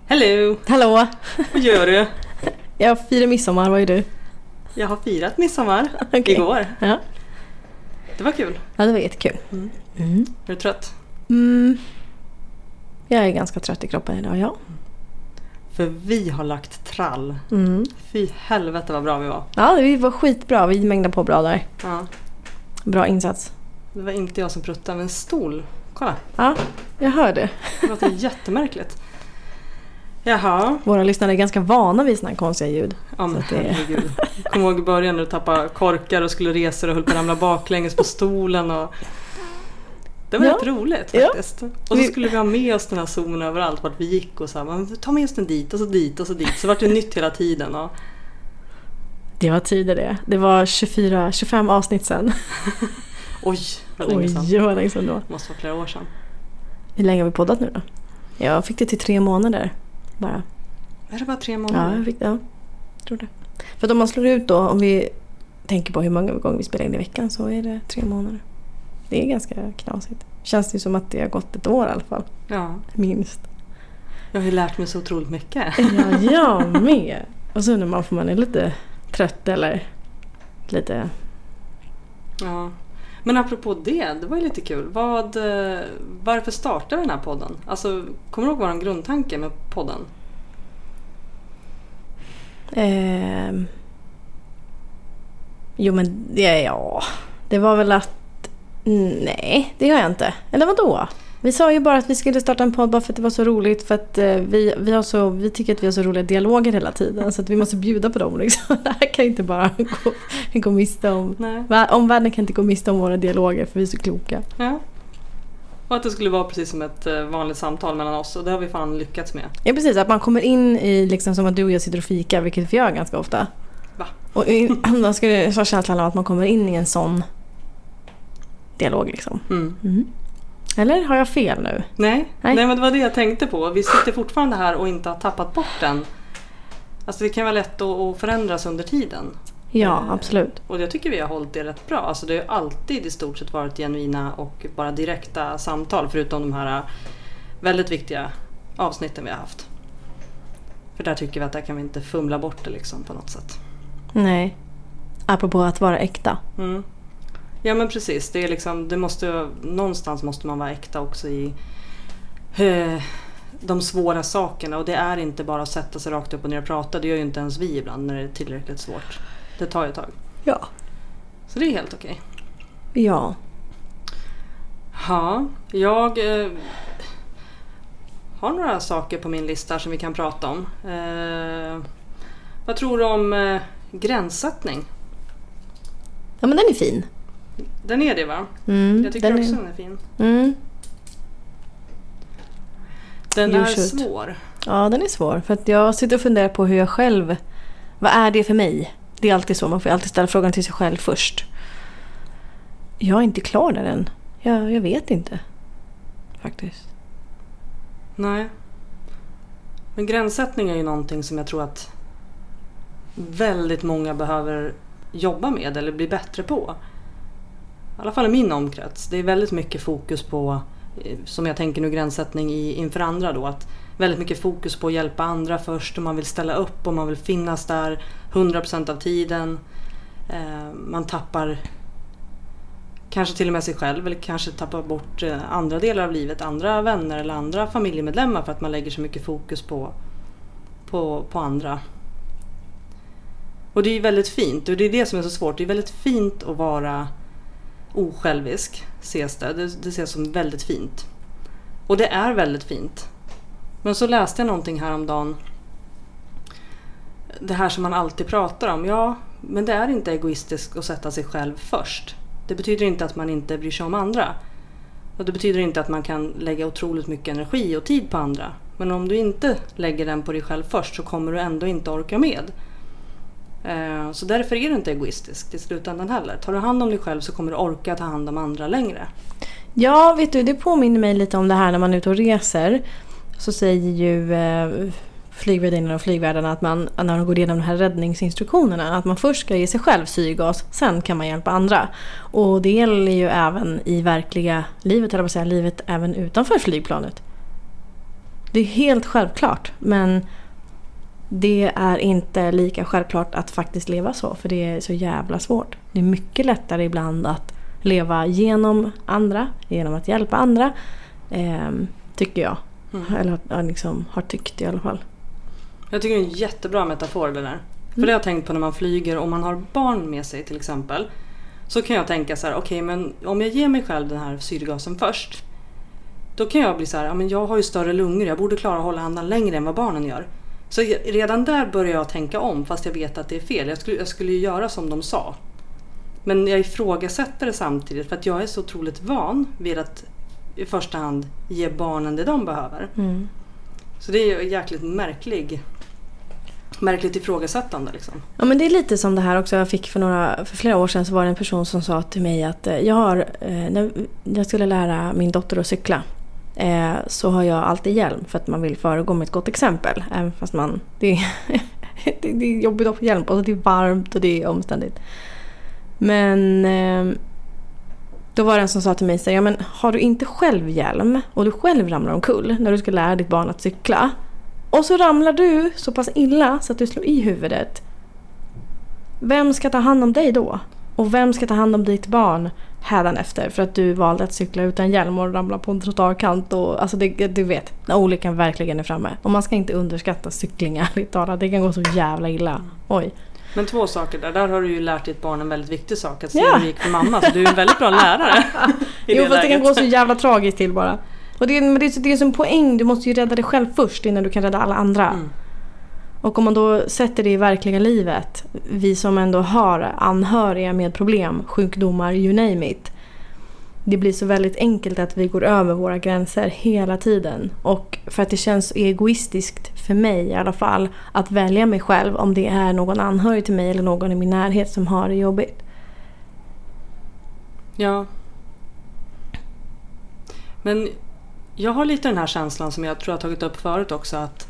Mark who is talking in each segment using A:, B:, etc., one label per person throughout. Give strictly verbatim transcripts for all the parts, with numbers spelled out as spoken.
A: Hello!
B: Hallå!
A: Vad gör du?
B: Jag firar midsommar, vad är du?
A: Jag har firat midsommar
B: okay.
A: igår.
B: Ja.
A: Det var kul.
B: Ja, det var jättekul.
A: Mm.
B: Mm.
A: Är du trött?
B: Mm. Jag är ganska trött i kroppen idag, ja.
A: För vi har lagt trall.
B: Mm.
A: Fy helvete vad bra vi var.
B: Ja, vi var skitbra. Vi mängdade på bra där.
A: Ja.
B: Bra insats.
A: Det var inte jag som pruttade, men en stol. Kolla.
B: Ja, jag hörde.
A: Det låter jättemärkligt. Jaha.
B: Våra lyssnare är ganska vana vid såna här konstiga ljud.
A: Ja, men
B: det...
A: herregud. Jag kommer ihåg i början när du tappade korkar och skulle resa och höll på att ramla baklänges på stolen. Och... Det var
B: ja.
A: rätt roligt faktiskt. Ja. Och så skulle vi ha med oss den här zonen överallt vart vi gick och så här, ta med oss den dit och så dit och så dit. Så vart det nytt hela tiden. Och...
B: Det var tider det. Det var tjugofyra tjugofem avsnitt sen.
A: Oj, vad länge sedan.
B: Oj, vad länge sedan då.
A: Det måste vara flera år sedan.
B: Hur länge har vi poddat nu då? Jag fick det till tre månader bara.
A: Är det bara tre månader?
B: Ja, jag fick det. Ja, jag tror det. För att om man slår ut då, om vi tänker på hur många gånger vi spelar in i veckan, så är det tre månader. Det är ganska knasigt. Känns det ju som att det har gått ett år i alla fall.
A: Ja.
B: Minst.
A: Jag har ju lärt mig så otroligt mycket.
B: Ja, jag med. Och så när man får man är lite trött eller lite...
A: Ja. Men apropå det, det var ju lite kul. Vad, varför startade den här podden? Alltså, kommer du ihåg vår grundtanke med podden?
B: Eh, jo, men det, ja, det var väl att... Nej, det gör jag inte. Eller vad då? Vi sa ju bara att vi skulle starta en podd bara för att det var så roligt. För att eh, vi, vi, har så, vi tycker att vi har så roliga dialoger hela tiden. Så att vi måste bjuda på dem. Liksom. Det här kan inte bara gå, gå miste om. Nej. Omvärlden kan inte gå miste om våra dialoger för vi är så kloka.
A: Ja. Och att det skulle vara precis som ett vanligt samtal mellan oss. Och det har vi fan lyckats med.
B: Ja, precis. Att man kommer in i liksom som att du och jag sitter och fika. Vilket vi gör ganska ofta.
A: Va?
B: Och då skulle det så känslan av att man kommer in i en sån dialog liksom.
A: Mm.
B: Mm. Eller har jag fel nu?
A: Nej. Nej. Nej, men det var det jag tänkte på. Vi sitter fortfarande här och inte har tappat bort den. Alltså det kan vara lätt att förändras under tiden.
B: Ja,
A: eh,
B: absolut.
A: Och jag tycker vi har hållit det rätt bra. Alltså det har alltid i stort sett varit genuina och bara direkta samtal. Förutom de här väldigt viktiga avsnitten vi har haft. För där tycker vi att där kan vi inte fumla bort det liksom på något sätt.
B: Nej. Apropå att vara äkta.
A: Mm. Ja, men precis. Det är liksom, det måste, någonstans måste man vara äkta också i eh, de svåra sakerna. Och det är inte bara att sätta sig rakt upp och ner och prata. Det gör ju inte ens vi ibland när det är tillräckligt svårt. Det tar ju ett tag.
B: Ja.
A: Så det är helt okej.
B: Ja.
A: Ja, jag eh, har några saker på min lista som vi kan prata om. Eh, vad tror du om eh, gränssättning?
B: Ja, men den är fin.
A: Den är det, va?
B: Mm,
A: jag tycker
B: den
A: också
B: är...
A: den är fin.
B: Mm.
A: Den
B: Your
A: är
B: shoot.
A: svår.
B: Ja, den är svår. För att jag sitter och funderar på hur jag själv... Vad är det för mig? Det är alltid så. Man får alltid ställa frågan till sig själv först. Jag är inte klar där än. Jag, jag vet inte. Faktiskt.
A: Nej. Men gränssättning är ju någonting som jag tror att väldigt många behöver jobba med eller bli bättre på. I alla fall i min omkrets. Det är väldigt mycket fokus på, som jag tänker nu, gränssättning i, inför andra då. Att väldigt mycket fokus på att hjälpa andra först. Och man vill ställa upp och man vill finnas där hundra procent av tiden. Eh, man tappar kanske till och med sig själv. Eller kanske tappar bort andra delar av livet. Andra vänner eller andra familjemedlemmar. För att man lägger så mycket fokus på, på, på andra. Och det är väldigt fint. Och det är det som är så svårt. Det är väldigt fint att vara osjälvisk, ses det. det. Det ses som väldigt fint. Och det är väldigt fint. Men så läste jag någonting häromdagen. Det här som man alltid pratar om. Ja, men det är inte egoistiskt att sätta sig själv först. Det betyder inte att man inte bryr sig om andra. Och det betyder inte att man kan lägga otroligt mycket energi och tid på andra. Men om du inte lägger den på dig själv först så kommer du ändå inte orka med. Så därför är det inte egoistiskt i slutändan heller. Tar du hand om dig själv så kommer du orka ta hand om andra längre.
B: Ja, vet du, det påminner mig lite om det här när man är ute och reser. Så säger ju eh, flygvärdinnorna och flygvärdarna att man, när de går igenom de här räddningsinstruktionerna, att man först ska ge sig själv syrgas, sen kan man hjälpa andra. Och det gäller ju även i verkliga livet, eller vad säger livet även utanför flygplanet. Det är helt självklart, men det är inte lika självklart att faktiskt leva så, för det är så jävla svårt. Det är mycket lättare ibland att leva genom andra, genom att hjälpa andra, eh, tycker jag. Mm. Eller har, liksom, har tyckt i alla fall.
A: Jag tycker det är en jättebra metafor det där. Mm. För det har jag tänkt på när man flyger, om man har barn med sig till exempel. Så kan jag tänka så här, okej, okay, men om jag ger mig själv den här syrgasen först, då kan jag bli så här, ja, men jag har ju större lungor, jag borde klara att hålla andan längre än vad barnen gör. Så redan där börjar jag tänka om, fast jag vet att det är fel. Jag skulle, jag skulle ju göra som de sa. Men jag ifrågasätter det samtidigt, för att jag är så otroligt van vid att i första hand ge barnen det de behöver. Mm. Så det är ju jäkligt märklig, märkligt ifrågasättande liksom.
B: Ja, men det är lite som det här också jag fick för, några, för flera år sedan, så var det en person som sa till mig att jag har, när jag skulle lära min dotter att cykla, så har jag alltid hjälm för att man vill föregå med ett gott exempel. Även fast man, det är, det är jobbigt att få hjälm på, och det är varmt och det är omständigt. Men då var det en som sa till mig så här, ja, men har du inte själv hjälm och du själv ramlar omkull när du ska lära ditt barn att cykla, och så ramlar du så pass illa så att du slår i huvudet, vem ska ta hand om dig då? Och vem ska ta hand om ditt barn hädanefter för att du valde att cykla utan hjälm och ramla på en trottoarkant? Och, alltså det, du vet, när olyckan verkligen är framme. Och man ska inte underskatta cyklingar. Det kan gå så jävla illa. Oj.
A: Men två saker där. Där har du ju lärt ditt barn en väldigt viktig sak. Att se hur det gick för mamma. Så du är en väldigt bra lärare.
B: Jo, fast läget. Det kan gå så jävla tragiskt till bara. Och det, men det, är, det är som en poäng. Du måste ju rädda dig själv först innan du kan rädda alla andra. Mm. Och om man då sätter det i verkliga livet, vi som ändå har anhöriga med problem, sjukdomar, you name it, det blir så väldigt enkelt att vi går över våra gränser hela tiden. Och för att det känns egoistiskt för mig i alla fall att välja mig själv om det är någon anhörig till mig eller någon i min närhet som har det jobbigt.
A: Ja. Men jag har lite den här känslan som jag tror jag har tagit upp förut också, att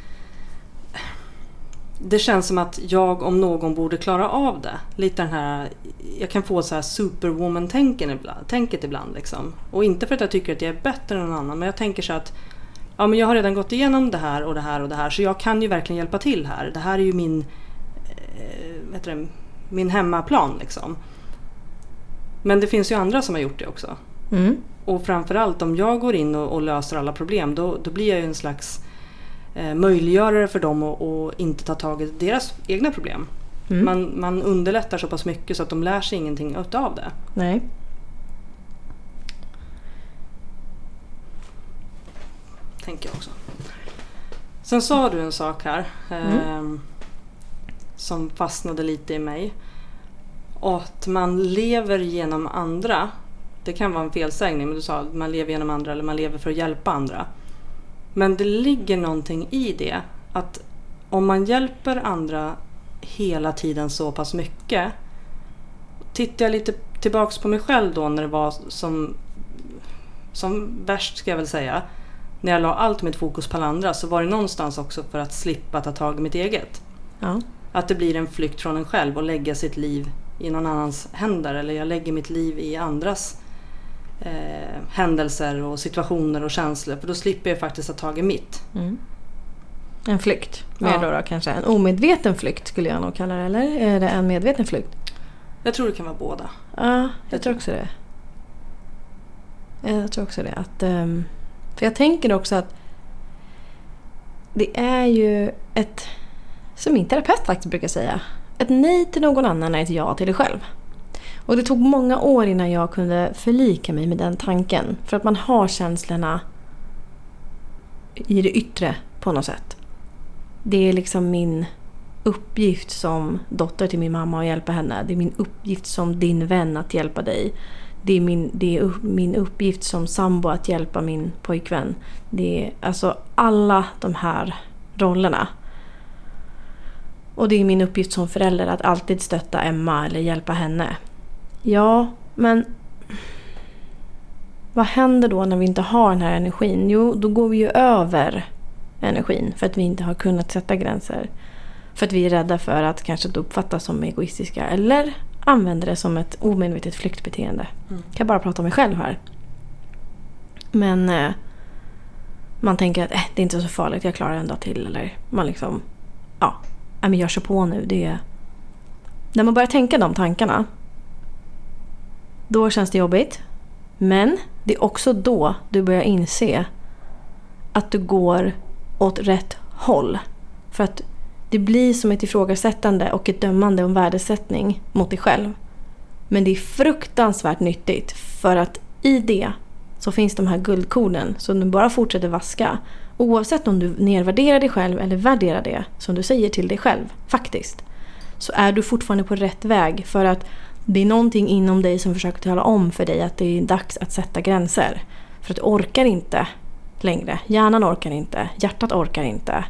A: det känns som att jag om någon borde klara av det. Lite den här, jag kan få så här superwoman-tänket ibland, tänket ibland liksom. Och inte för att jag tycker att jag är bättre än någon annan, men jag tänker så att ja, men jag har redan gått igenom det här och det här och det här, så jag kan ju verkligen hjälpa till här. Det här är ju min äh, vet du, min hemmaplan liksom. Men det finns ju andra som har gjort det också. Mm. Och framförallt om jag går in och, och löser alla problem, då, då blir jag ju en slags eh, möjliggörare för dem att och inte ta tag i deras egna problem. Mm. Man, man underlättar så pass mycket så att de lär sig ingenting av det.
B: Nej.
A: Tänker jag också. Sen sa du en sak här eh, mm. som fastnade lite i mig. Att man lever genom andra. Det kan vara en felsägning, men du sa att man lever genom andra eller man lever för att hjälpa andra. Men det ligger någonting i det. Att om man hjälper andra hela tiden så pass mycket. Tittar jag lite tillbaks på mig själv då när det var som, som värst ska jag väl säga. När jag la allt mitt fokus på alla andra, så var det någonstans också för att slippa ta tag i mitt eget. Ja. Att det blir en flykt från en själv och lägga sitt liv i någon annans händer. Eller jag lägger mitt liv i andras eh, händelser och situationer och känslor. För då slipper jag faktiskt ta tag i mitt. Mm.
B: En flykt. Mer ja. då, då kanske. En omedveten flykt skulle jag nog kalla det. Eller är det en medveten flykt?
A: Jag tror det kan vara båda.
B: Ja, jag, jag tror också det. Jag tror också det. Att, um, för jag tänker också att det är ju ett, som min terapeut faktiskt brukar säga, ett nej till någon annan är ett ja till dig själv. Och det tog många år innan jag kunde förlika mig med den tanken. För att man har känslorna i det yttre på något sätt. Det är liksom min uppgift som dotter till min mamma att hjälpa henne. Det är min uppgift som din vän att hjälpa dig. Det är min, det är min uppgift som sambo att hjälpa min pojkvän. Det är alltså alla de här rollerna. Och det är min uppgift som förälder att alltid stötta Emma eller hjälpa henne. Ja, men vad händer då när vi inte har den här energin? Jo, då går vi ju över energin för att vi inte har kunnat sätta gränser. För att vi är rädda för att kanske uppfattas som egoistiska eller använder det som ett omedvetet flyktbeteende. Mm. Jag kan bara prata om mig själv här. Men man tänker att äh, det är inte så farligt, jag klarar en dag till. Eller man liksom, ja, men jag kör på nu. Det är... När man börjar tänka de tankarna, då känns det jobbigt. Men det är också då du börjar inse att du går åt rätt håll. För att det blir som ett ifrågasättande och ett dömande och en värdesättning mot dig själv. Men det är fruktansvärt nyttigt, för att i det så finns de här guldkornen som du bara fortsätter vaska. Oavsett om du nedvärderar dig själv eller värderar det som du säger till dig själv faktiskt, så är du fortfarande på rätt väg, för att det är någonting inom dig som försöker tala om för dig att det är dags att sätta gränser. För att du orkar inte längre. Hjärnan orkar inte. Hjärtat orkar inte.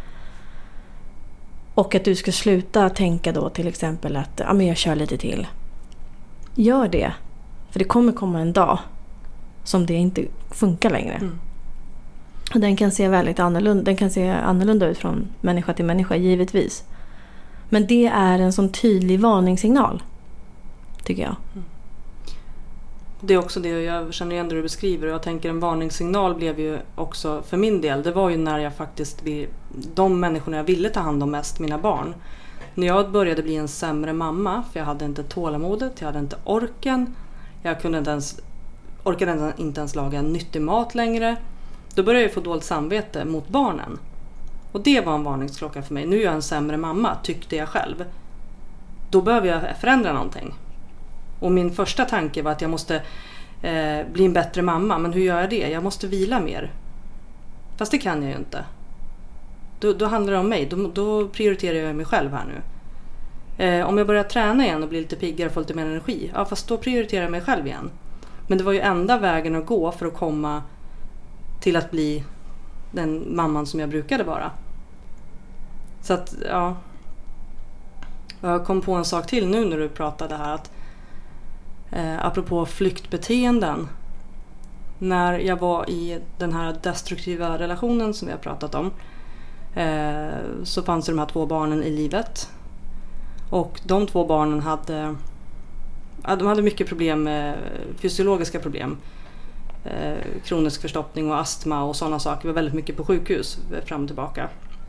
B: Och att du ska sluta tänka då till exempel att ja, men jag kör lite till. Gör det. För det kommer komma en dag som det inte funkar längre. Mm. Och den kan se väldigt annorlunda, den kan se annorlunda ut från människa till människa, givetvis. Men det är en sån tydlig varningssignal, tycker jag. Mm.
A: Det är också det jag känner igen det du beskriver. Och jag tänker en varningssignal blev ju också för min del. Det var ju när jag faktiskt, de människorna jag ville ta hand om mest, mina barn. När jag började bli en sämre mamma, för jag hade inte tålamodet, jag hade inte orken. Jag kunde inte ens, orkade inte ens laga en nyttig mat längre. Då började jag få dåligt samvete mot barnen. Och det var en varningsklocka för mig. Nu är jag en sämre mamma, tyckte jag själv. Då behöver jag förändra någonting. Och min första tanke var att jag måste eh, bli en bättre mamma. Men hur gör jag det? Jag måste vila mer. Fast det kan jag ju inte. Då, då handlar det om mig. Då, då prioriterar jag mig själv här nu. Eh, om jag börjar träna igen och blir lite piggare och får lite mer energi. Ja, fast då prioriterar jag mig själv igen. Men det var ju enda vägen att gå för att komma till att bli den mamman som jag brukade vara. Så att, ja. Jag kom på en sak till nu när du pratade här. Att, eh, apropå flyktbeteenden. När jag var i den här destruktiva relationen som vi har pratat om. Eh, så fanns det de här två barnen i livet. Och de två barnen hade, ja, de hade mycket problem, med fysiologiska problem. Eh, kronisk förstoppning och astma och sådana saker. Vi var väldigt mycket på sjukhus fram och tillbaka.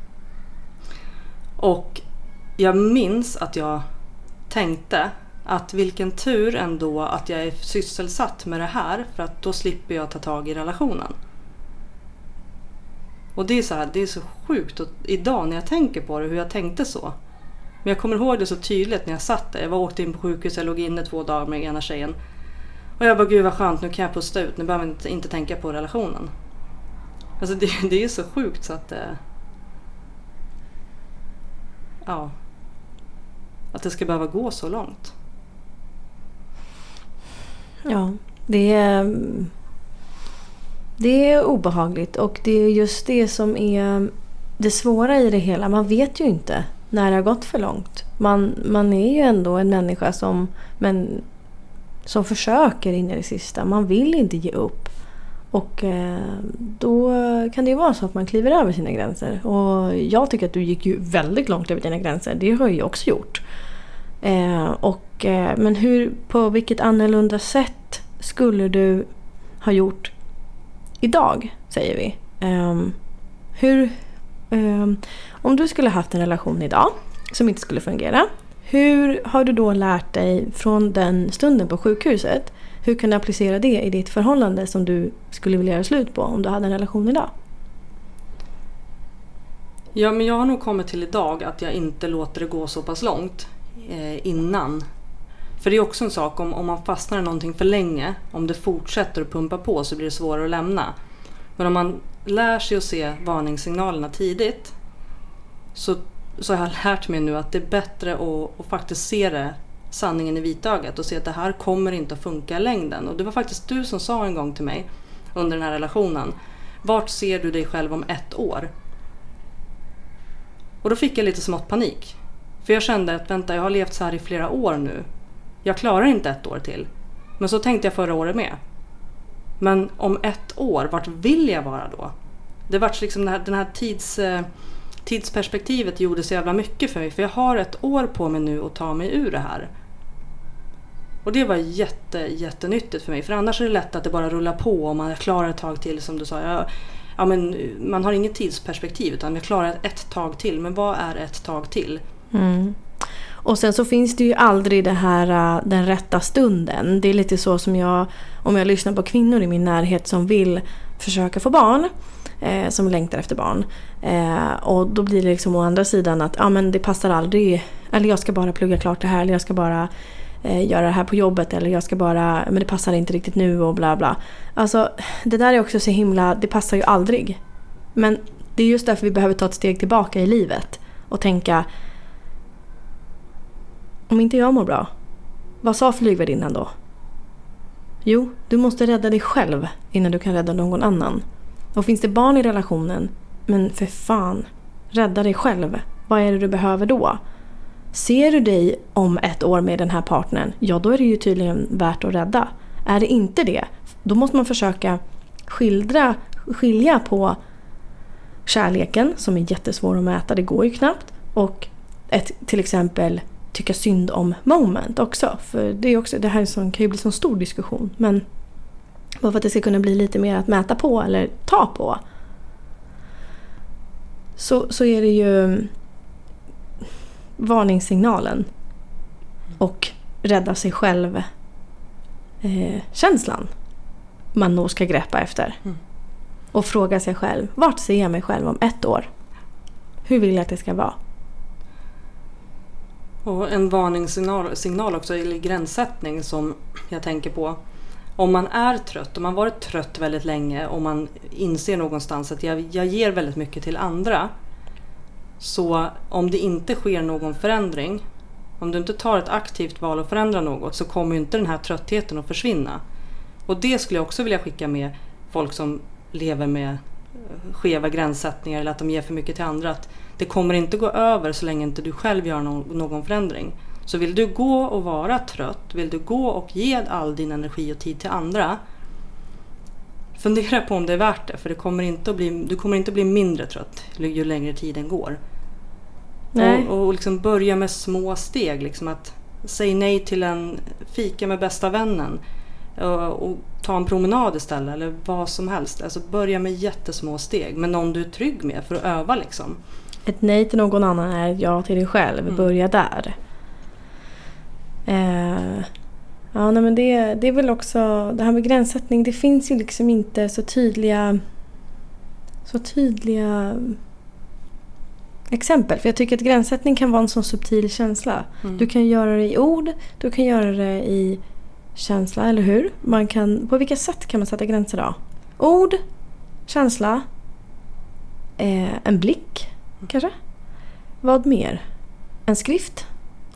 A: Och jag minns att jag tänkte att vilken tur ändå att jag är sysselsatt med det här, för att då slipper jag ta tag i relationen. Och det är så här, det är så sjukt och idag när jag tänker på det, hur jag tänkte så. Men jag kommer ihåg det så tydligt när jag satt där. Jag var åkte in på sjukhus, jag låg inne två dagar med ena tjejen. Och jag bara, gud vad skönt, nu kan jag pusta ut. Nu behöver jag inte, inte tänka på relationen. Alltså det, det är så sjukt så att det... Ja. Att det ska behöva gå så långt.
B: Ja, det är... Det är obehagligt. Och det är just det som är det svåra i det hela. Man vet ju inte när det har gått för långt. Man, man är ju ändå en människa som... Men, som försöker in i det sista. Man vill inte ge upp. Och eh, då kan det ju vara så att man kliver över sina gränser. Och jag tycker att du gick ju väldigt långt över dina gränser. Det har jag ju också gjort. Eh, och, eh, men hur, på vilket annorlunda sätt skulle du ha gjort idag, säger vi. Eh, hur, eh, om du skulle haft en relation idag som inte skulle fungera. Hur har du då lärt dig från den stunden på sjukhuset? Hur kan du applicera det i ditt förhållande som du skulle vilja göra slut på om du hade en relation idag?
A: Ja, men jag har nog kommit till idag att jag inte låter det gå så pass långt eh, innan. För det är också en sak, om, om man fastnar i någonting för länge, om det fortsätter att pumpa på så blir det svårare att lämna. Men om man lär sig att se varningssignalerna tidigt så, så har jag lärt mig nu att det är bättre att, att faktiskt se det, sanningen i vitögat och se att det här kommer inte att funka i längden. Och det var faktiskt du som sa en gång till mig under den här relationen: vart ser du dig själv om ett år? Och då fick jag lite smått panik. För jag kände att vänta, jag har levt så här i flera år nu. Jag klarar inte ett år till. Men så tänkte jag förra året med. Men om ett år, vart vill jag vara då? Det var liksom den här, den här tids, tidsperspektivet gjorde så jävla mycket för mig. För jag har ett år på mig nu att ta mig ur det här. Och det var jätte, jättenyttigt för mig. För annars är det lätt att det bara rullar på och man klarar ett tag till, som du sa. Jag, ja, men man har inget tidsperspektiv utan jag klarar ett tag till. Men vad är ett tag till?
B: Mm. Och sen så finns det ju aldrig det här, den rätta stunden. Det är lite så som jag, om jag lyssnar på kvinnor i min närhet som vill försöka få barn, eh, som längtar efter barn. Eh, och då blir det liksom å andra sidan att ja, men det passar aldrig, eller jag ska bara plugga klart det här, eller jag ska bara eh, göra det här på jobbet, eller jag ska bara, men det passar inte riktigt nu och bla bla. Alltså det där är också så himla, det passar ju aldrig. Men det är just därför vi behöver ta ett steg tillbaka i livet och tänka, om inte jag mår bra, vad sa flygvärdinnan då? Jo, du måste rädda dig själv innan du kan rädda någon annan. Och finns det barn i relationen, men för fan, rädda dig själv. Vad är det du behöver då? Ser du dig om ett år med den här partnern, ja då är det ju tydligen värt att rädda. Är det inte det, då måste man försöka skildra, skilja på kärleken, som är jättesvår att mäta, det går ju knappt, och ett till exempel tycka synd om moment också. För det är också, det här är sån, kan ju bli en stor diskussion. Men bara för att det ska kunna bli lite mer att mäta på eller ta på. Så, så är det ju varningssignalen. Och rädda sig själv eh, känslan man nog ska greppa efter. Mm. Och fråga sig själv, vart ser jag mig själv om ett år? Hur vill jag att det ska vara?
A: Och en varningssignal signal också, eller gränssättning som jag tänker på. Om man är trött, om man varit trött väldigt länge och man inser någonstans att jag, jag ger väldigt mycket till andra. Så om det inte sker någon förändring, om du inte tar ett aktivt val att förändra något, så kommer ju inte den här tröttheten att försvinna. Och det skulle jag också vilja skicka med folk som lever med skeva gränssättningar eller att de ger för mycket till andra, att det kommer inte gå över så länge inte du själv gör någon, någon förändring. Så vill du gå och vara trött, vill du gå och ge all din energi och tid till andra, fundera på om det är värt det, för det kommer inte att bli, du kommer inte bli mindre trött ju längre tiden går. Nej. Och, och liksom börja med små steg, liksom att säg nej till en fika med bästa vännen och, och ta en promenad istället, eller vad som helst. Alltså börja med jättesmå steg, men någon du är trygg med, för att öva liksom.
B: Ett nej till någon annan är ett ja till dig själv. Mm. Börja där. Eh, ja, nej, men det, det är väl också det här med gränssättning. Det finns ju liksom inte så tydliga så tydliga exempel. För jag tycker att gränssättning kan vara en sån subtil känsla. Mm. Du kan göra det i ord, du kan göra det i känsla, eller hur? Man kan, på vilka sätt kan man sätta gränser då? Ord, känsla, eh, en blick kanske? Vad mer? En skrift?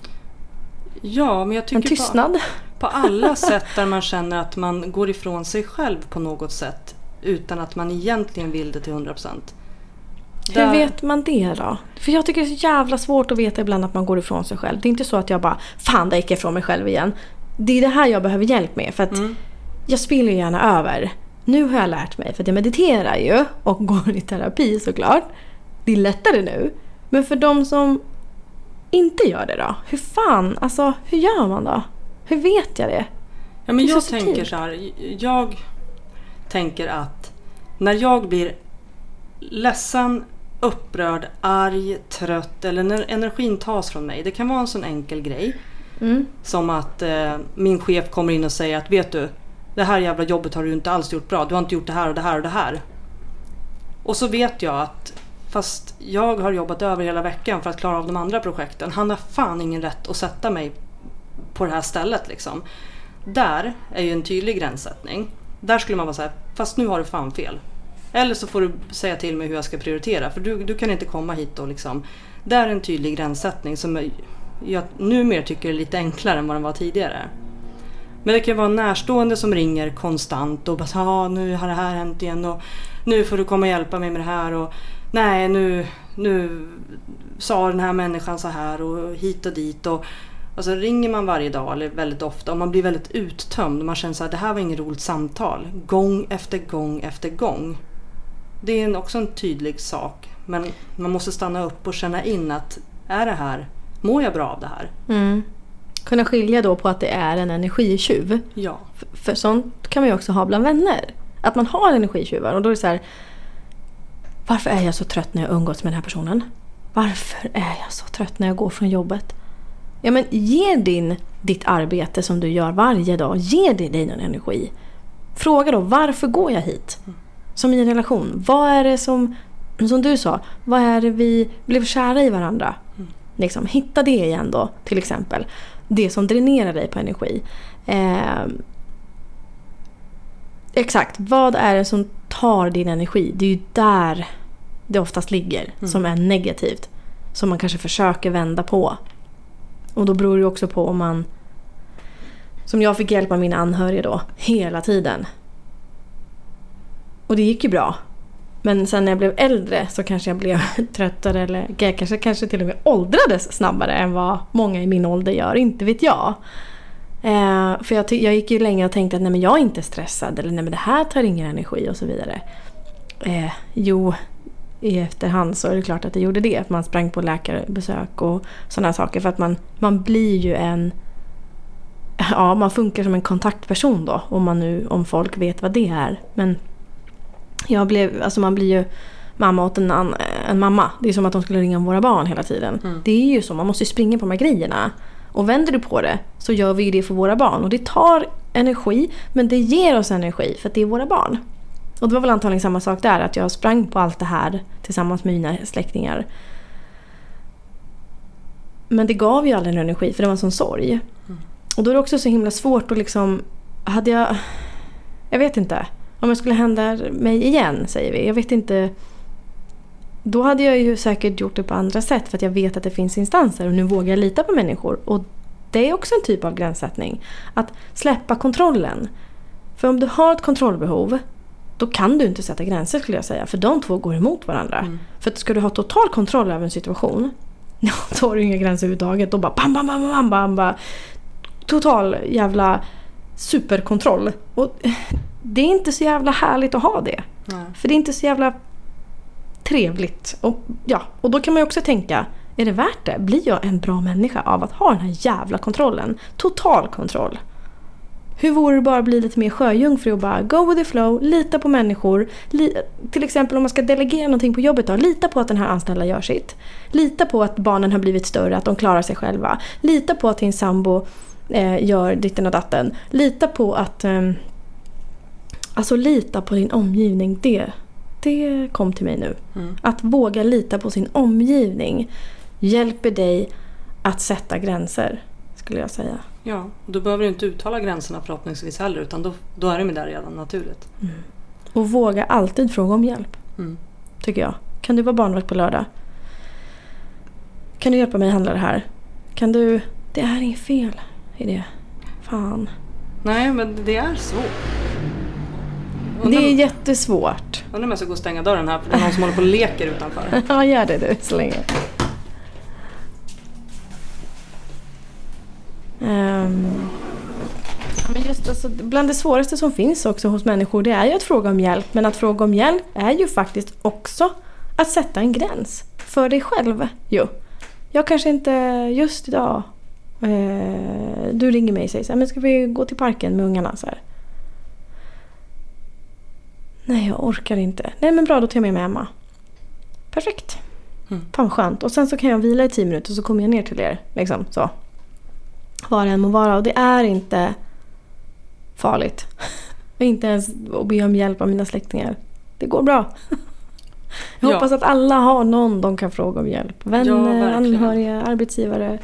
A: Ja, men jag tycker
B: en tystnad?
A: På, på alla sätt där man känner att man går ifrån sig själv på något sätt utan att man egentligen vill det till hundra procent.
B: Hur där... vet man det då? För jag tycker det är så jävla svårt att veta ibland att man går ifrån sig själv. Det är inte så att jag bara, fan där gick jag ifrån mig själv igen. Det är det här jag behöver hjälp med, för att mm. jag spiller gärna över. Nu har jag lärt mig, för att jag mediterar ju och går i terapi såklart. Det är lättare nu. Men för de som inte gör det då? Hur fan, alltså hur gör man då? Hur vet jag det?
A: Ja, men jag tänker så här, jag tänker att när jag blir ledsen, upprörd, arg, trött eller när energin tas från mig, det kan vara en sån enkel grej. Mm. Som att eh, min chef kommer in och säger att vet du, det här jävla jobbet har du inte alls gjort bra. Du har inte gjort det här och det här och det här. Och så vet jag att fast jag har jobbat över hela veckan för att klara av de andra projekten, han har fan ingen rätt att sätta mig på det här stället liksom. Där är ju en tydlig gränssättning. Där skulle man vara så här, fast nu har du fan fel. Eller så får du säga till mig hur jag ska prioritera, för du, du kan inte komma hit och liksom. Där är en tydlig gränssättning som jag numera tycker är lite enklare än vad den var tidigare. Men det kan vara en närstående som ringer konstant och bara ja, nu har det här hänt igen och nu får du komma och hjälpa mig med det här och nej, nu, nu sa den här människan så här och hit och dit och alltså ringer man varje dag eller väldigt ofta och man blir väldigt uttömd och man känner så här, det här var inget roligt samtal gång efter gång efter gång. Det är en, också en tydlig sak, men man måste stanna upp och känna in att är det här, mår jag bra av det här?
B: Mm. Kunna skilja då på att det är en energitjuv.
A: Ja.
B: För, för sånt kan man ju också ha bland vänner. Att man har energitjuvar och då är det så här, Varför är jag så trött när jag umgås med den här personen? Varför är jag så trött när jag går från jobbet? Ja, men ge din, ditt arbete som du gör varje dag, ge det dig någon energi. Fråga då, varför går jag hit? Som i en relation. Vad är det som, som du sa, vad är det vi blev kära i varandra? Mm. Liksom, hitta det igen då, till exempel. Det som dränerar dig på energi. Eh, exakt, vad är det som tar din energi? Det är ju där det oftast ligger, mm. som är negativt. Som man kanske försöker vända på. Och då beror det också på om man, som jag fick hjälpa mina anhöriga då, hela tiden. Och det gick ju bra. Men sen när jag blev äldre så kanske jag blev tröttare, eller jag kanske, kanske till och med åldrades snabbare än vad många i min ålder gör, inte vet jag. Eh, för jag, jag gick ju länge och tänkte att nej, men jag är inte stressad, eller nej, men det här tar ingen energi och så vidare. Eh, jo, i efterhand så är det klart att det gjorde det. Att man sprang på läkarbesök och sådana saker. För att man, man blir ju en... Ja, man funkar som en kontaktperson då. Om, man nu, om folk vet vad det är. Men jag blev, alltså man blir ju mamma åt en, en mamma. Det är som att de skulle ringa om våra barn hela tiden. Mm. Det är ju så, man måste ju springa på de här grejerna. Och vänder du på det så gör vi ju det för våra barn. Och det tar energi, men det ger oss energi för att det är våra barn. Och det var väl antagligen samma sak där, att jag sprang på allt det här tillsammans med mina släktingar. Men det gav ju aldrig någon energi, för det var en sån sorg. Mm. Och då är det också så himla svårt att liksom, hade jag, jag vet inte, om jag skulle hända mig igen, säger vi. Jag vet inte, då hade jag ju säkert gjort det på andra sätt, för att jag vet att det finns instanser och nu vågar jag lita på människor. Och det är också en typ av gränssättning. Att släppa kontrollen. För om du har ett kontrollbehov, då kan du inte sätta gränser, skulle jag säga. För de två går emot varandra. Mm. För att ska du ha total kontroll över en situation, ja, då har du inga gränser överhuvudtaget. Då bara bam, bam, bam, bam, bam, bam. Total jävla superkontroll. Och det är inte så jävla härligt att ha det. Mm. För det är inte så jävla trevligt. Och, ja, och då kan man ju också tänka, är det värt det? Blir jag en bra människa av att ha den här jävla kontrollen? Total kontroll. Hur vore det bara att bli lite mer sjöjungfru och bara go with the flow, lita på människor. Li- till exempel om man ska delegera någonting på jobbet då, lita på att den här anställda gör sitt. Lita på att barnen har blivit större, att de klarar sig själva. Lita på att din sambo eh, gör ditten och datten. Lita på att eh, alltså lita på din omgivning, det, det kom till mig nu. Mm. Att våga lita på sin omgivning hjälper dig att sätta gränser, skulle jag säga.
A: Ja, och då behöver du inte uttala gränserna förhoppningsvis heller, utan då, då är det med där redan naturligt.
B: Mm. Och våga alltid fråga om hjälp, mm. tycker jag. Kan du vara barnvakt på lördag? Kan du hjälpa mig att handla det här? Kan du... Det är inget fel i det. Fan.
A: Nej, men det är svårt.
B: Undrar, det är jättesvårt.
A: Undrar om jag ska gå och stänga dörren här, för det är någon som håller på och leker utanför.
B: Ja, gör det du, så länge. Um, men just alltså, bland det svåraste som finns också hos människor, det är ju att fråga om hjälp. Men att fråga om hjälp är ju faktiskt också att sätta en gräns för dig själv. Jo. Jag kanske inte just idag eh, du ringer mig och säger så här, men ska vi gå till parken med ungarna så här? Nej, jag orkar inte. Nej, men bra, då tar jag med mig Emma. Perfekt. Mm. Fan skönt. Och sen så kan jag vila i tio minuter och så kommer jag ner till er. Liksom så. Var det än må vara. Och det är inte farligt. Och inte ens att be om hjälp av mina släktingar. Det går bra. Jag ja. hoppas att alla har någon de kan fråga om hjälp. Vänner, ja, anhöriga, arbetsgivare.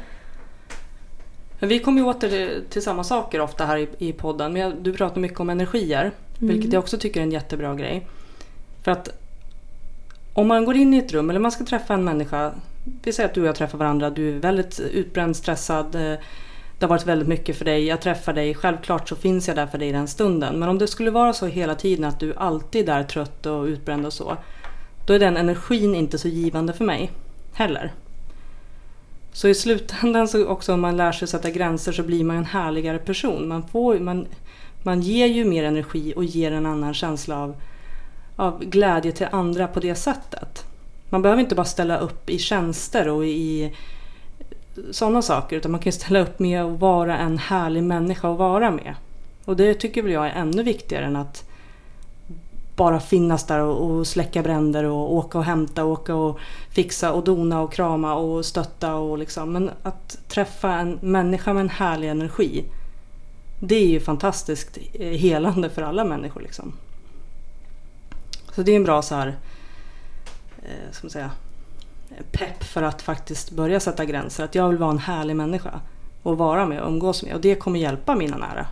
A: Vi kommer ju åter till samma saker ofta här i, i podden. Men jag, du pratar mycket om energier. Mm. Vilket jag också tycker är en jättebra grej. För att om man går in i ett rum eller man ska träffa en människa. Vi säger att du och jag träffar varandra. Du är väldigt utbränd, stressad. Det har varit väldigt mycket för dig. Jag träffar dig. Självklart så finns jag där för dig i den stunden. Men om det skulle vara så hela tiden att du alltid är trött och utbränd och så. Då är den energin inte så givande för mig heller. Så i slutändan så också om man lär sig sätta gränser så blir man en härligare person. Man, får, man, man ger ju mer energi och ger en annan känsla av, av glädje till andra på det sättet. Man behöver inte bara ställa upp i tjänster och i sådana saker. Utan man kan ställa upp med att vara en härlig människa att vara med. Och det tycker väl jag är ännu viktigare än att bara finnas där och, och släcka bränder och åka och hämta, åka och fixa och dona och krama och stötta och liksom. Men att träffa en människa med en härlig energi, det är ju fantastiskt helande för alla människor liksom. Så det är en bra så här, eh, ska man säga, pepp för att faktiskt börja sätta gränser. Att jag vill vara en härlig människa och vara med och umgås med. Och det kommer hjälpa mina nära.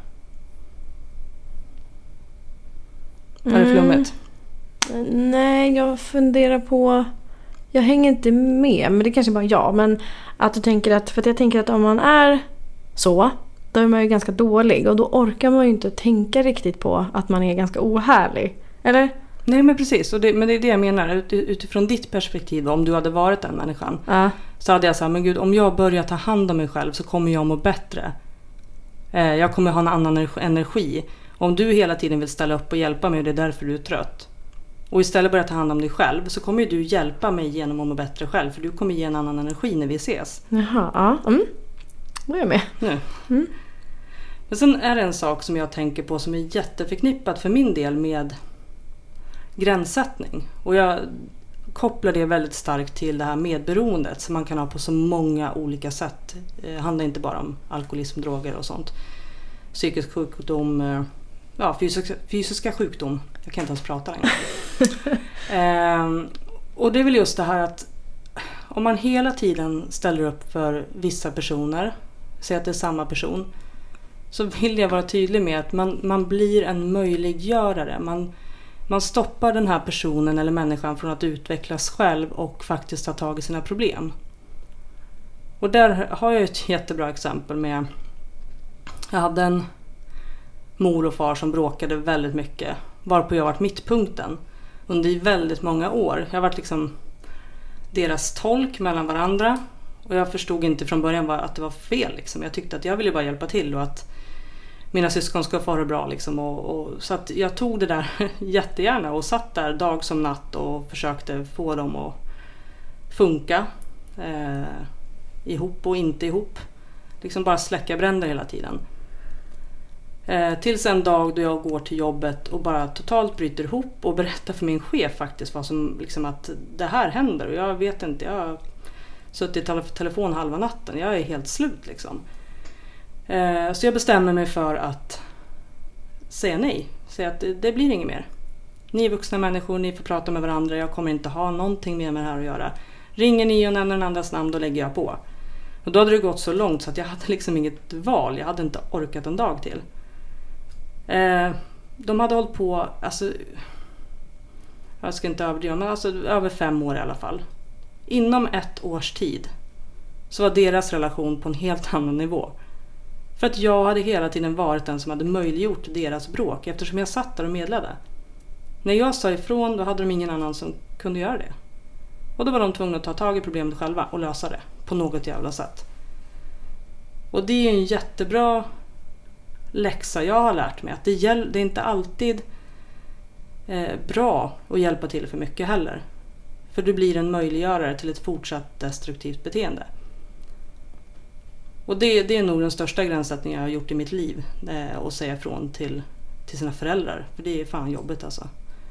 A: Mm. Är det flummigt?
B: Nej, jag funderar på... Jag hänger inte med, men det kanske bara jag. Men att du tänker att... För att jag tänker att om man är så, då är man ju ganska dålig. Och då orkar man ju inte tänka riktigt på att man är ganska ohärlig. Eller?
A: Nej, men precis. Och det, men det är det jag menar. Ut, utifrån ditt perspektiv, om du hade varit den människan.
B: Ja.
A: Så hade jag sagt, men gud, om jag börjar ta hand om mig själv så kommer jag må bättre. Eh, jag kommer ha en annan energi. Om du hela tiden vill ställa upp och hjälpa mig och det är därför du är trött. Och istället börja ta hand om dig själv, så kommer ju du hjälpa mig genom att må bättre själv. För du kommer ge en annan energi när vi ses.
B: Jaha, ja. Mm. Då är jag med.
A: Nu.
B: Mm.
A: Men sen är det en sak som jag tänker på som är jätteförknippat för min del med gränssättning. Och jag kopplar det väldigt starkt till det här medberoendet som man kan ha på så många olika sätt. Det handlar inte bara om alkoholism, droger och sånt. Psykisk sjukdom, ja, fysiska, fysiska sjukdom. Jag kan inte ens prata längre. ehm, och det är väl just det här att om man hela tiden ställer upp för vissa personer, säger att det är samma person, så vill jag vara tydlig med att man, man blir en möjliggörare. Man, man stoppar den här personen eller människan från att utvecklas själv och faktiskt ta tag i sina problem. Och där har jag ett jättebra exempel med... Jag hade en mor och far som bråkade väldigt mycket. Varpå jag varit mittpunkten under väldigt många år. Jag har varit liksom deras tolk mellan varandra. Och jag förstod inte från början att det var fel. Liksom. Jag tyckte att jag ville bara hjälpa till och att mina syskon ska få det bra. Liksom. Och, och, så att jag tog det där jättegärna och satt där dag som natt och försökte få dem att funka. Eh, ihop och inte ihop. Liksom bara släcka bränder hela tiden. Eh, tills en dag då jag går till jobbet och bara totalt bryter ihop och berättar för min chef faktiskt vad som, liksom att det här händer. Och jag vet inte, jag har suttit i telefon halva natten. Jag är helt slut liksom. Eh, så jag bestämmer mig för att säga nej. Säga att det, det blir inget mer. Ni är vuxna människor, ni får prata med varandra. Jag kommer inte ha någonting mer med det här att göra. Ringer ni och nämner en andras namn, då lägger jag på. Och då hade det gått så långt så att jag hade liksom inget val. Jag hade inte orkat en dag till. Eh, de hade hållit på, alltså, jag ska inte överdriva, men alltså över fem år i alla fall. Inom ett års tid så var deras relation på en helt annan nivå. För att jag hade hela tiden varit den som hade möjliggjort deras bråk, eftersom jag satt där och medlade. När jag sa ifrån, då hade de ingen annan som kunde göra det. Och då var de tvungna att ta tag i problemet själva och lösa det på något jävla sätt. Och det är en jättebra läxa jag har lärt mig. Att det, gäll, det är inte alltid eh, bra att hjälpa till för mycket heller. För du blir en möjliggörare till ett fortsatt destruktivt beteende. Och det, det är nog den största gränssättningen jag har gjort i mitt liv. Eh, att säga ifrån till, till sina föräldrar. För det är fan jobbigt alltså.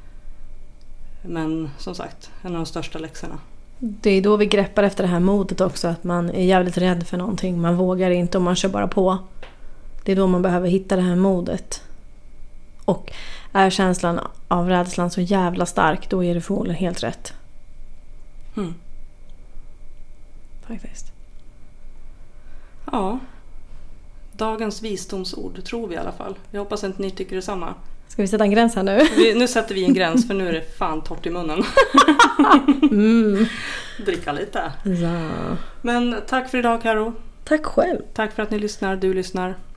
A: Men som sagt, en av de största läxorna.
B: Det är då vi greppar efter det här modet också. Att man är jävligt rädd för någonting. Man vågar inte och man kör bara på. Det är då man behöver hitta det här modet. Och är känslan av rädslan så jävla stark, då är det förmodligen helt rätt.
A: Mm.
B: Faktiskt.
A: Ja. Dagens visdomsord tror vi i alla fall. Jag hoppas inte ni tycker detsamma.
B: Ska vi sätta en gräns här nu?
A: Vi, nu sätter vi en gräns för nu är det fan torrt i munnen.
B: mm.
A: Dricka lite.
B: Ja.
A: Men tack för idag, Karo.
B: Tack själv.
A: Tack för att ni lyssnar, du lyssnar.